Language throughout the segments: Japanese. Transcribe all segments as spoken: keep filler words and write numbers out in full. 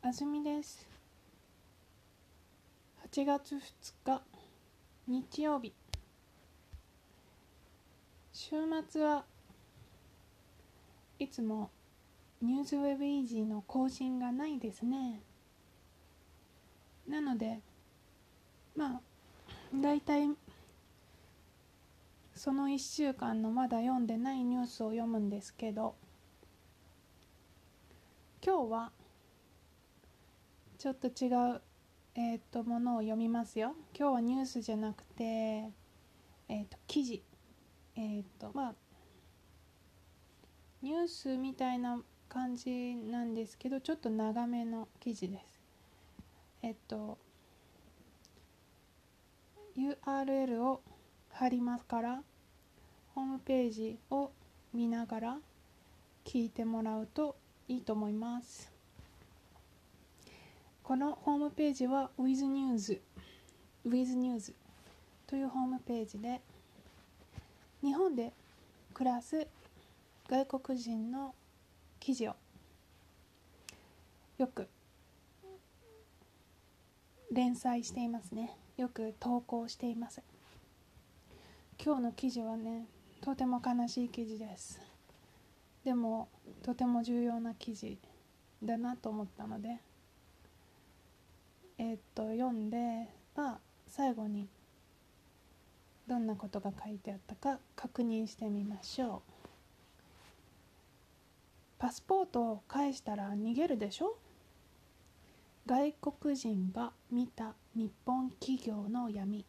あずみです。はちがつふつか日曜日。週末はいつもニュースウェブイージーの更新がないですね。なのでまあだいたいそのいっしゅうかんのまだ読んでないニュースを読むんですけど、今日はちょっと違うえー、とものを読みますよ。今日はニュースじゃなくて、えー、と記事、えー、とまあニュースみたいな感じなんですけど、ちょっと長めの記事です。えっと ユーアールエル を貼りますから、ホームページを見ながら聞いてもらうといいと思います。このホームページは With News With News というホームページで、日本で暮らす外国人の記事をよく連載していますね。よく投稿しています。今日の記事はね、とても悲しい記事です。でもとても重要な記事だなと思ったので、えー、っと読んで、まあ最後にどんなことが書いてあったか確認してみましょう。パスポートを返したら逃げるでしょ？外国人が見た日本企業の闇。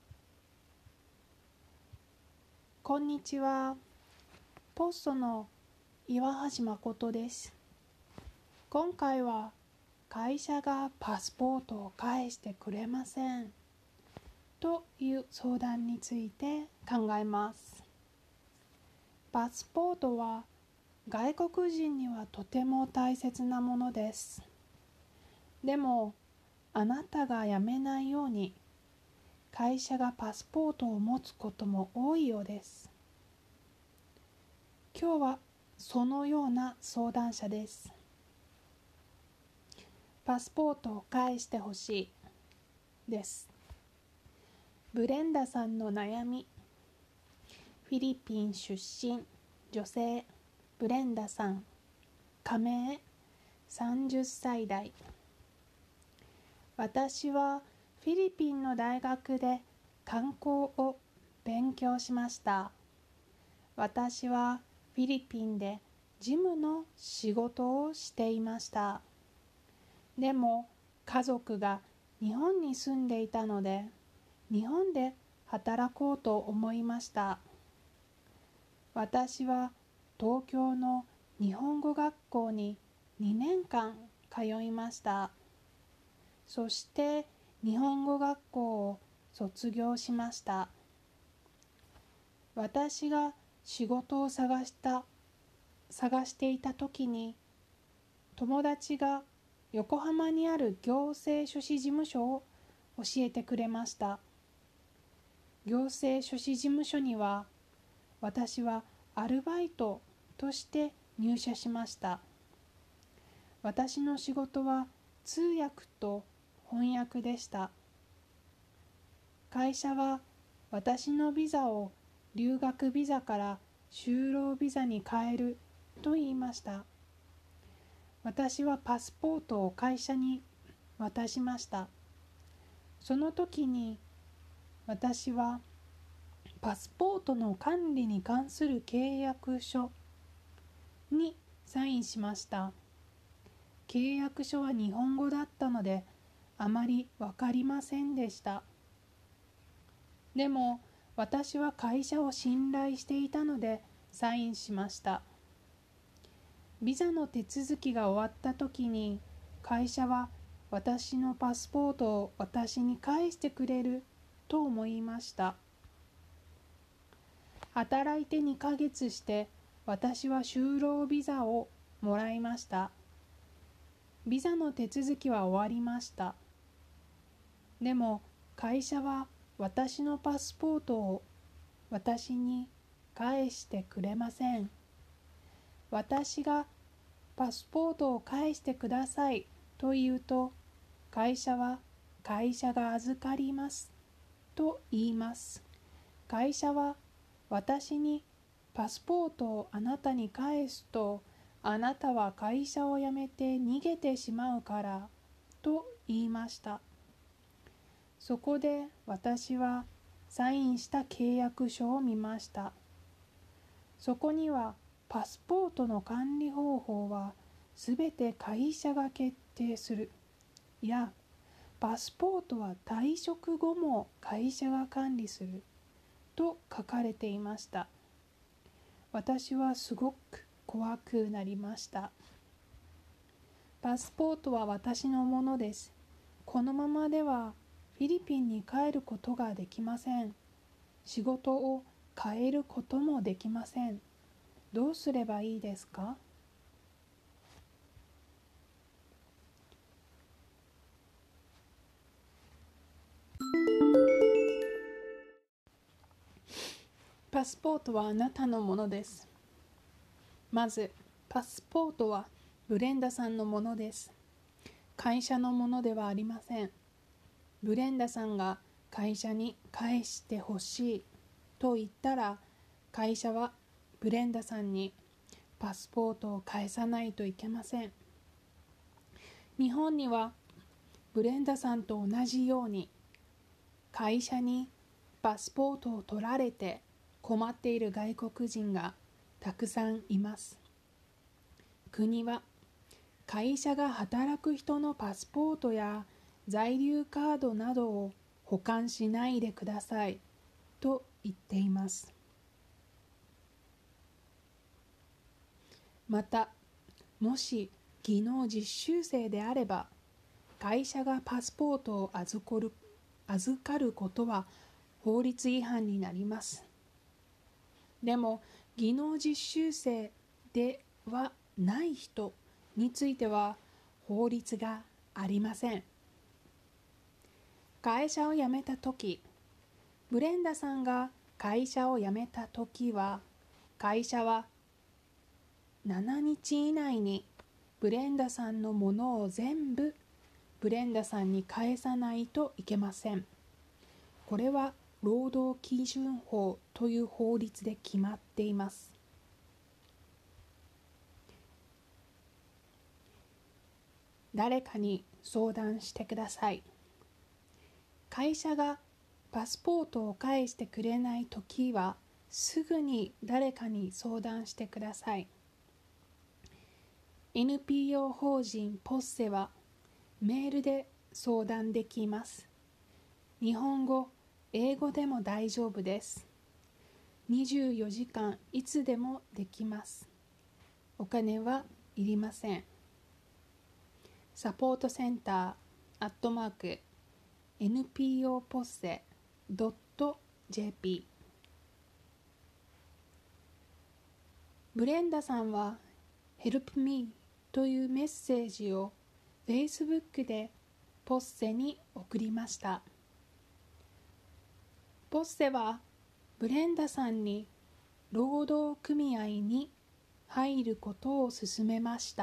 こんにちは。ポストの岩橋誠です。今回は会社がパスポートを返してくれませんという相談について考えます。パスポートは外国人にはとても大切なものです。でもあなたが辞めないように会社がパスポートを持つことも多いようです。今日はそのような相談者です。パスポートを返してほしいです。ブレンダさんの悩み。フィリピン出身女性ブレンダさん、加盟さんじゅっさい代。私はフィリピンの大学で観光を勉強しました。私はフィリピンで事務の仕事をしていました。でも家族が日本に住んでいたので、日本で働こうと思いました。私は東京の日本語学校ににねんかん通いました。そして日本語学校を卒業しました。私が仕事を探した探していた時に、友達が横浜にある行政書士事務所を教えてくれました。行政書士事務所には私はアルバイトとして入社しました。私の仕事は通訳と翻訳でした。会社は私のビザを留学ビザから就労ビザに変えると言いました。私はパスポートを会社に渡しました。その時に私はパスポートの管理に関する契約書にサインしました。契約書は日本語だったのであまりわかりませんでした。でも私は会社を信頼していたのでサインしました。ビザの手続きが終わった時に会社は私のパスポートを私に返してくれると思いました。働いてにかげつして私は就労ビザをもらいました。ビザの手続きは終わりました。でも会社は私のパスポートを私に返してくれません。私がパスポートを返してくださいと言うと、会社は会社が預かりますと言います。会社は私にパスポートをあなたに返すと、あなたは会社を辞めて逃げてしまうからと言いました。そこで私はサインした契約書を見ました。そこにはパスポートの管理方法はすべて会社が決定する。いや、パスポートは退職後も会社が管理すると書かれていました。私はすごく怖くなりました。パスポートは私のものです。このままではフィリピンに帰ることができません。仕事を変えることもできません。どうすればいいですか？パスポートはあなたのものです。まず、パスポートはブレンダさんのものです。会社のものではありません。ブレンダさんが会社に返してほしいと言ったら、会社はブレンダさんにパスポートを返さないといけません。日本にはブレンダさんと同じように会社にパスポートを取られて困っている外国人がたくさんいます。国は会社が働く人のパスポートや在留カードなどを保管しないでくださいと言っています。また、もし技能実習生であれば、会社がパスポートを預かる、預かることは法律違反になります。でも、技能実習生ではない人については法律がありません。会社を辞めたとき、ブレンダさんが会社を辞めたときは、会社はしちにち以内にブレンダさんのものを全部ブレンダさんに返さないといけません。これは労働基準法という法律で決まっています。誰かに相談してください。会社がパスポートを返してくれないときは、すぐに誰かに相談してください。エヌピーオー 法人ポッセはメールで相談できます。日本語、英語でも大丈夫です。にじゅうよじかんいつでもできます。お金はいりません。サポートセンターアットマーク エヌピーオー ポッセ ドット ジェーピー ブレンダさんは Help me というメッセージを Facebook でポッセに送りました。ポッセはブレンダさんに労働組合に入ることを勧めました。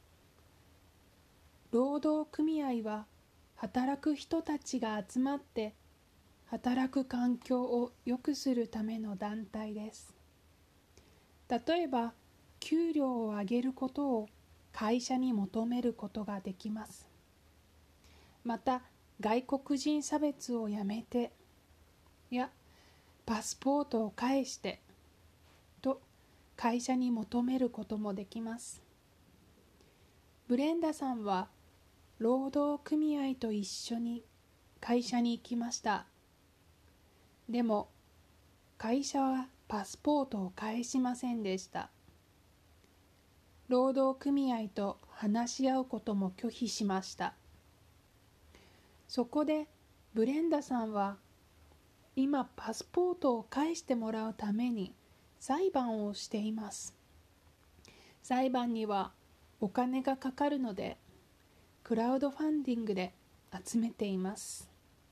労働組合は働く人たちが集まって働く環境を良くするための団体です。例えば、給料を上げることを会社に求めることができます。また、外国人差別をやめて、いや、パスポートを返してと会社に求めることもできます。ブレンダさんは労働組合と一緒に会社に行きました。でも会社はパスポートを返しませんでした。労働組合と話し合うことも拒否しました。そこでブレンダさんは今パスポートを返してもらうために裁判をしています。裁判にはお金がかかるのでクラウドファンディングで集めています。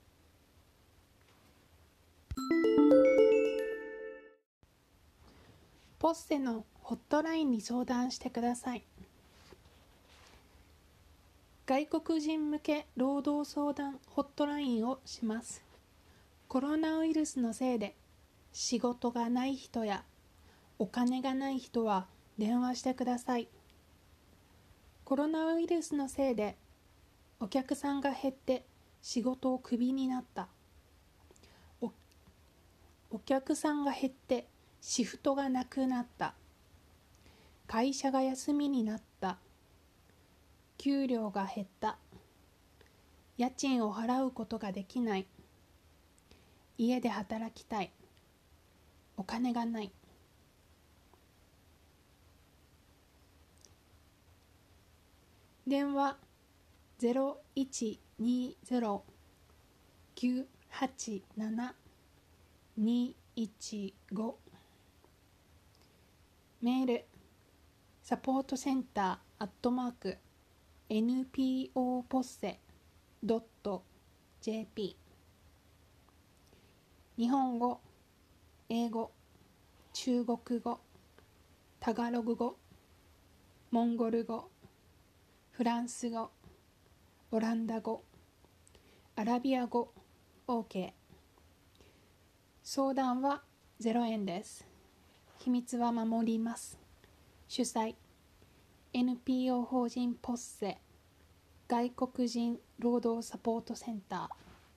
ポッセのホットラインに相談してください。 外国人向け労働相談ホットラインをします。コロナウイルスのせいで仕事がない人やお金がない人は電話してください。コロナウイルスのせいでお客さんが減って仕事をクビになった。お、お客さんが減ってシフトがなくなった。会社が休みになった。給料が減った。家賃を払うことができない。家で働きたい。お金がない。電話 ゼロいちにゼロ きゅうはちなな にいちご、メールサポートセンターアットマーク エヌピーオー ポッセ ドット ジェーピー。 日本語、英語、中国語、タガログ語、モンゴル語、フランス語、オランダ語、アラビア語 OK。 相談はゼロえんです。秘密は守ります。主催 エヌピーオー 法人ポッセ外国人労働サポートセンター。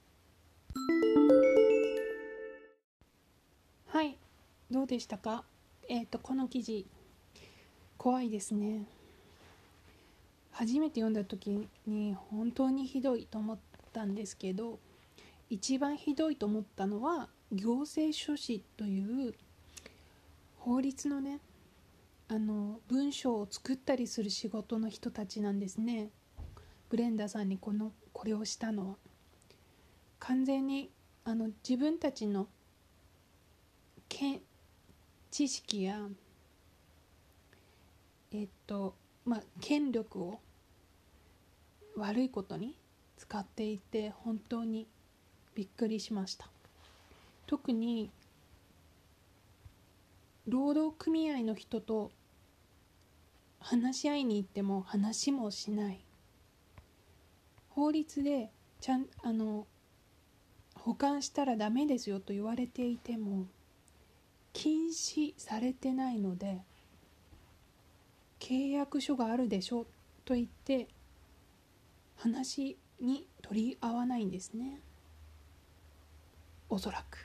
はい、どうでしたか？えっとこの記事怖いですね。初めて読んだ時に本当にひどいと思ったんですけど、一番ひどいと思ったのは行政書士という法律のね、あの文章を作ったりする仕事の人たちなんですね。ブレンダーさんにこのこれをしたのは完全にあの自分たちのけ知識やえっとまあ権力を悪いことに使っていて本当にびっくりしました。特に労働組合の人と話し合いに行っても話もしない。法律でちゃんあの保管したらダメですよと言われていても禁止されてないので、契約書があるでしょと言って話に取り合わないんですね。おそらく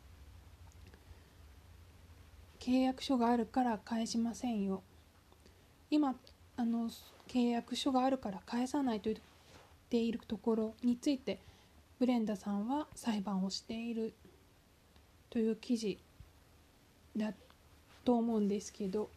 契約書があるから返しませんよ、今あの契約書があるから返さないと言っているところについてブレンダさんは裁判をしているという記事だと思うんですけど、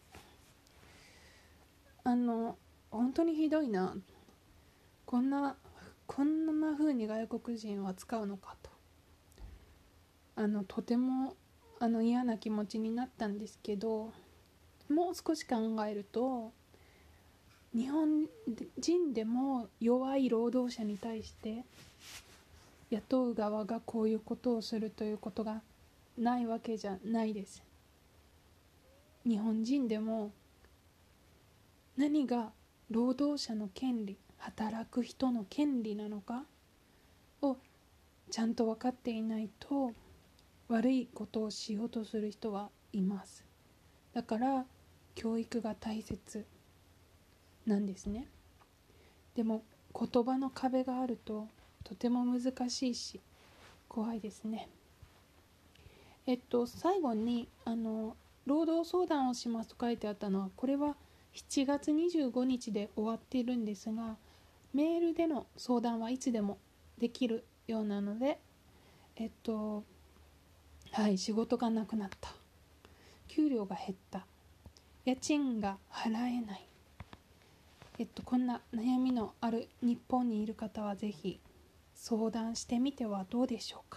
あの本当にひどいな、こんなこんな風に外国人を扱うのかと、あのとてもあの嫌な気持ちになったんですけど、もう少し考えると日本人でも弱い労働者に対して雇う側がこういうことをするということがないわけじゃないです。日本人でも何が労働者の権利、働く人の権利なのかをちゃんと分かっていないと悪いことをしようとする人はいます。だから教育が大切なんですね。でも言葉の壁があるととても難しいし怖いですね。えっと最後にあの労働相談をしますと書いてあったのは、これはしちがつにじゅうごにちで終わっているんですが、メールでの相談はいつでもできるようなので、えっとはい仕事がなくなった、給料が減った、家賃が払えない、えっとこんな悩みのある日本にいる方はぜひ相談してみてはどうでしょうか。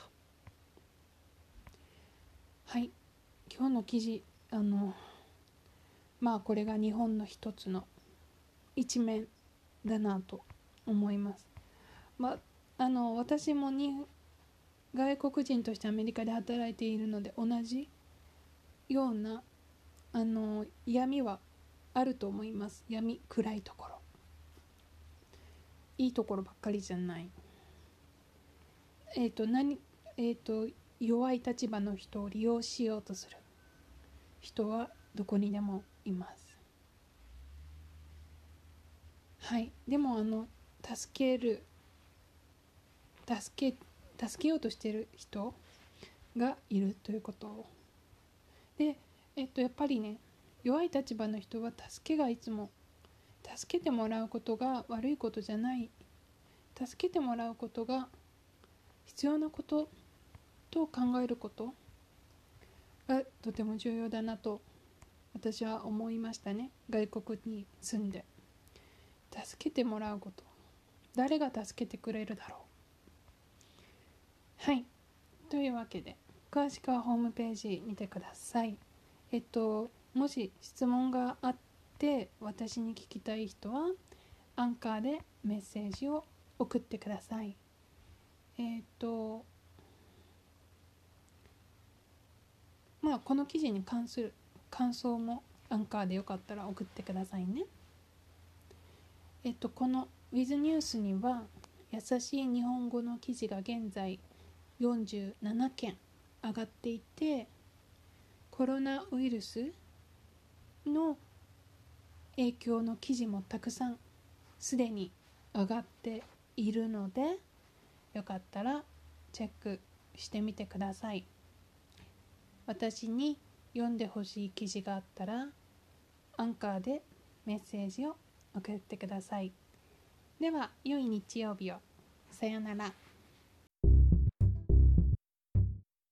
はい、今日の記事あのまあこれが日本の一つの一面だなと思います。まああの私もに外国人としてアメリカで働いているので同じようなあの闇はあると思います。闇、暗いところ。 いいところばっかりじゃない。えっ、と何えっ、と弱い立場の人を利用しようとする人はどこにでもいます。はい。でもあの助ける助け助けようとしている人がいるということで、えっとやっぱりね、弱い立場の人は助けがいつも助けてもらうことが悪いことじゃない、助けてもらうことが必要なことと考えることがとても重要だなと私は思いましたね。外国に住んで助けてもらうこと、誰が助けてくれるだろう。はい、というわけで詳しくはホームページ見てください。えっともし質問があって私に聞きたい人はアンカーでメッセージを送ってください。えっとまあこの記事に関する感想もアンカーでよかったら送ってくださいね。えっとこの With ニュースには優しい日本語の記事が現在よんじゅうななけん上がっていて、コロナウイルスの影響の記事もたくさんすでに上がっているので、よかったらチェックしてみてください。私に読んでほしい記事があったらアンカーでメッセージを送ってください。では良い日曜日を。さようなら。